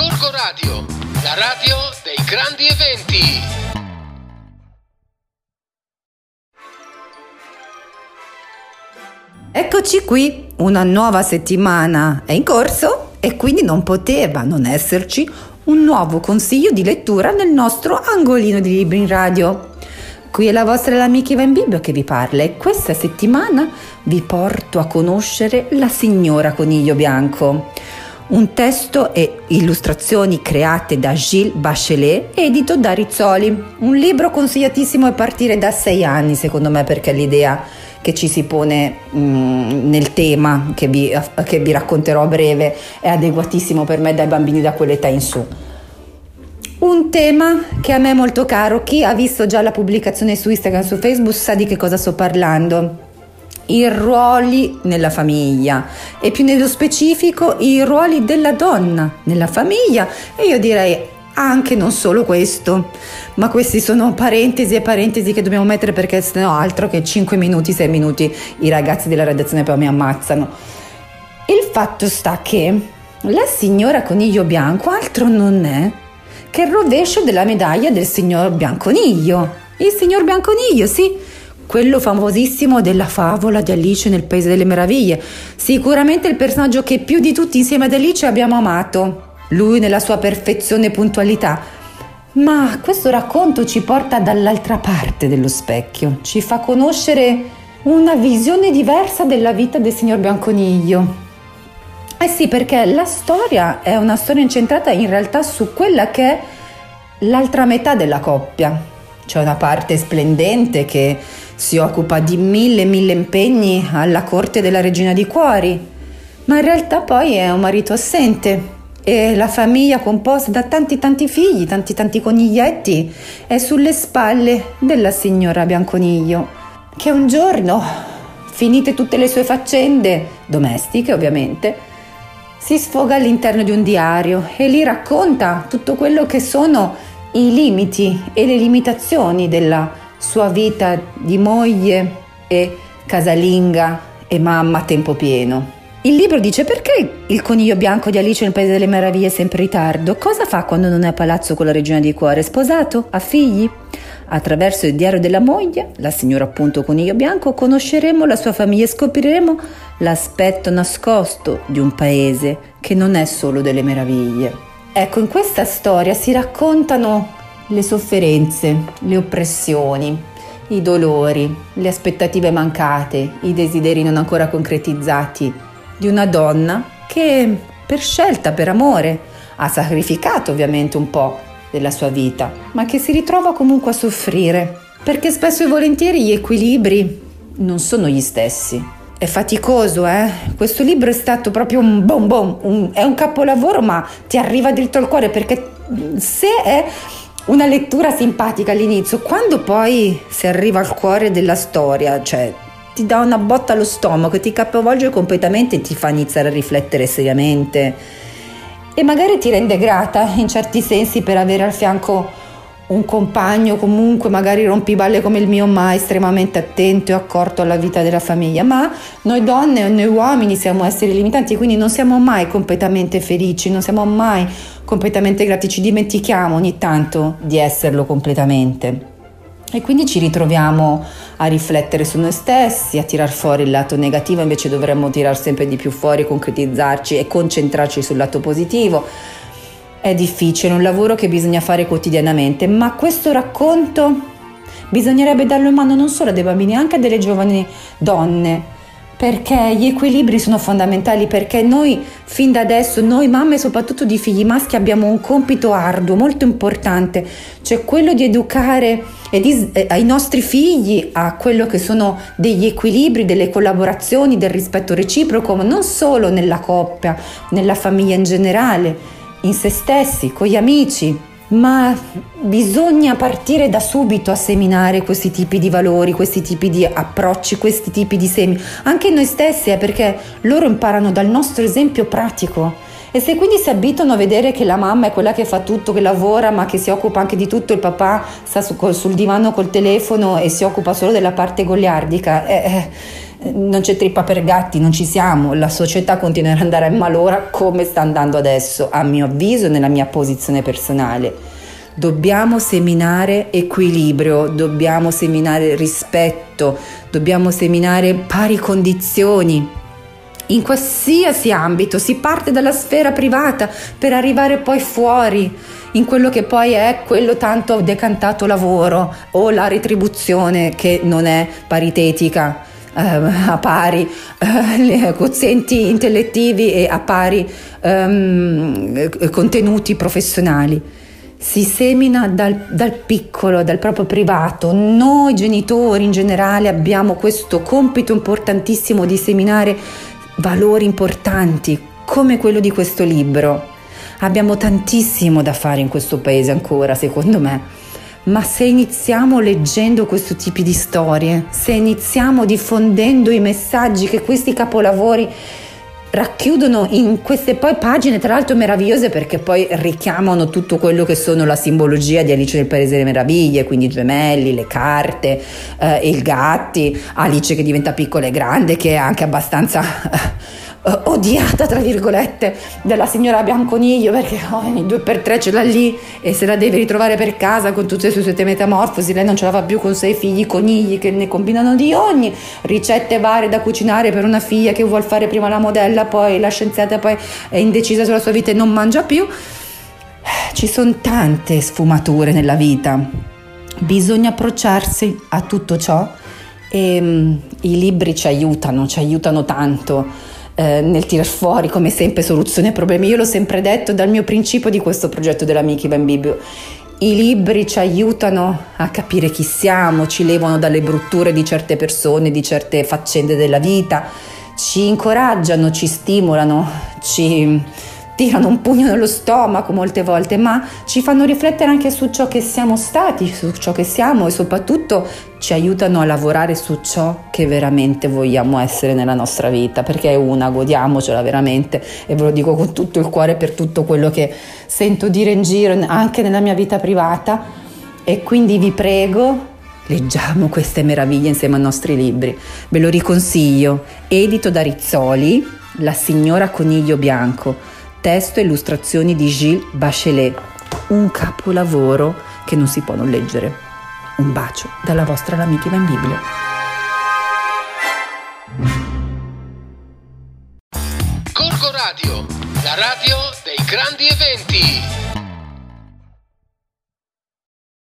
Gorgo Radio, la radio dei grandi eventi. Eccoci qui, una nuova settimana è in corso e quindi non poteva non esserci un nuovo consiglio di lettura nel nostro angolino di libri in radio. Qui è la vostra amica Iva in Bibbio che vi parla e questa settimana vi porto a conoscere La signora Coniglio Bianco, un testo e illustrazioni create da Gilles Bachelet, edito da Rizzoli, un libro consigliatissimo a partire da 6 anni secondo me, perché l'idea che ci si pone nel tema che vi racconterò a breve è adeguatissimo per me dai bambini da quell'età in su. Un tema che a me è molto caro. Chi ha visto già la pubblicazione su Instagram, su Facebook, sa di che cosa sto parlando. I ruoli nella famiglia e più nello specifico i ruoli della donna nella famiglia, e io direi anche non solo questo, ma questi sono parentesi che dobbiamo mettere, perché se no altro che 5 minuti, 6 minuti i ragazzi della redazione poi mi ammazzano. Il fatto sta che La signora Coniglio Bianco altro non è che il rovescio della medaglia del signor Bianconiglio. Il signor Bianconiglio, sì, quello famosissimo della favola di Alice nel Paese delle Meraviglie, sicuramente il personaggio che più di tutti insieme ad Alice abbiamo amato, lui nella sua perfezione e puntualità. Ma questo racconto ci porta dall'altra parte dello specchio, ci fa conoscere una visione diversa della vita del signor Bianconiglio. Eh sì, perché la storia è una storia incentrata in realtà su quella che è l'altra metà della coppia. C'è una parte splendente che si occupa di mille impegni alla corte della regina di cuori, ma in realtà poi è un marito assente e la famiglia composta da tanti figli, tanti coniglietti è sulle spalle della signora Bianconiglio, che un giorno, finite tutte le sue faccende domestiche ovviamente, si sfoga all'interno di un diario e lì racconta tutto quello che sono i limiti e le limitazioni della sua vita di moglie e casalinga e mamma a tempo pieno. Il libro dice: perché il coniglio bianco di Alice nel Paese delle Meraviglie è sempre in ritardo? Cosa fa quando non è a palazzo con la regina di cuore? È sposato? Ha figli? Attraverso il diario della moglie, la signora appunto Coniglio Bianco, conosceremo la sua famiglia e scopriremo l'aspetto nascosto di un paese che non è solo delle meraviglie. Ecco, in questa storia si raccontano le sofferenze, le oppressioni, i dolori, le aspettative mancate, i desideri non ancora concretizzati di una donna che per scelta, per amore, ha sacrificato ovviamente un po' della sua vita, ma che si ritrova comunque a soffrire, perché spesso e volentieri gli equilibri non sono gli stessi. È faticoso, Questo libro è stato proprio un bonbon, è un capolavoro, ma ti arriva dritto al cuore, perché se è una lettura simpatica all'inizio, quando poi si arriva al cuore della storia, cioè ti dà una botta allo stomaco, ti capovolge completamente e ti fa iniziare a riflettere seriamente e magari ti rende grata in certi sensi per avere al fianco un compagno, comunque magari rompiballe come il mio, ma estremamente attento e accorto alla vita della famiglia. Ma noi donne e noi uomini siamo esseri limitanti, quindi non siamo mai completamente felici, non siamo mai completamente grati, ci dimentichiamo ogni tanto di esserlo completamente. E quindi ci ritroviamo a riflettere su noi stessi, a tirar fuori il lato negativo, invece dovremmo tirar sempre di più fuori, concretizzarci e concentrarci sul lato positivo. È difficile, è un lavoro che bisogna fare quotidianamente, ma questo racconto bisognerebbe darlo in mano non solo a dei bambini, anche a delle giovani donne, perché gli equilibri sono fondamentali, perché noi fin da adesso, noi mamme soprattutto di figli maschi, abbiamo un compito arduo, molto importante, cioè quello di educare ai nostri figli a quello che sono degli equilibri, delle collaborazioni, del rispetto reciproco, non solo nella coppia, nella famiglia in generale, in se stessi, con gli amici, ma bisogna partire da subito a seminare questi tipi di valori, questi tipi di approcci, questi tipi di semi, anche noi stessi, perché loro imparano dal nostro esempio pratico. E se quindi si abituano a vedere che la mamma è quella che fa tutto, che lavora ma che si occupa anche di tutto, il papà sta sul divano col telefono e si occupa solo della parte goliardica, non c'è trippa per gatti, non ci siamo, la società continuerà ad andare a malora come sta andando adesso, a mio avviso, nella mia posizione personale. Dobbiamo seminare equilibrio, dobbiamo seminare rispetto, dobbiamo seminare pari condizioni. In qualsiasi ambito si parte dalla sfera privata per arrivare poi fuori in quello che poi è quello tanto decantato lavoro o la retribuzione che non è paritetica, a pari quozienti intellettivi e a pari contenuti professionali. Si semina dal piccolo, dal proprio privato. Noi genitori in generale abbiamo questo compito importantissimo di seminare valori importanti come quello di questo libro. Abbiamo tantissimo da fare in questo paese ancora, secondo me, ma se iniziamo leggendo questo tipo di storie, se iniziamo diffondendo i messaggi che questi capolavori racchiudono in queste poi pagine, tra l'altro meravigliose, perché poi richiamano tutto quello che sono la simbologia di Alice nel Paese delle Meraviglie, quindi i gemelli, le carte, il gatti, Alice che diventa piccola e grande, che è anche abbastanza odiata tra virgolette dalla signora Bianconiglio, perché ogni 2x3 ce l'ha lì e se la deve ritrovare per casa con tutte le sue metamorfosi. Lei non ce la fa più con 6 figli conigli che ne combinano di ogni, ricette varie da cucinare per una figlia che vuol fare prima la modella, poi la scienziata, poi è indecisa sulla sua vita e non mangia più. Ci sono tante sfumature nella vita, bisogna approcciarsi a tutto ciò e i libri ci aiutano tanto nel tirar fuori come sempre soluzioni ai problemi. Io l'ho sempre detto dal mio principio di questo progetto della Mickey Van Bibbio: i libri ci aiutano a capire chi siamo, ci levano dalle brutture di certe persone, di certe faccende della vita, ci incoraggiano, ci stimolano, ci tirano un pugno nello stomaco molte volte, ma ci fanno riflettere anche su ciò che siamo stati, su ciò che siamo, e soprattutto ci aiutano a lavorare su ciò che veramente vogliamo essere nella nostra vita, perché è una, godiamocela veramente, e ve lo dico con tutto il cuore per tutto quello che sento dire in giro anche nella mia vita privata. E quindi vi prego, leggiamo queste meraviglie insieme ai nostri libri. Ve lo riconsiglio, edito da Rizzoli, La signora Coniglio Bianco, testo e illustrazioni di Gilles Bachelet, un capolavoro che non si può non leggere. Un bacio dalla vostra L'Amica Van Biblio. Gorgo Radio, la radio dei grandi eventi.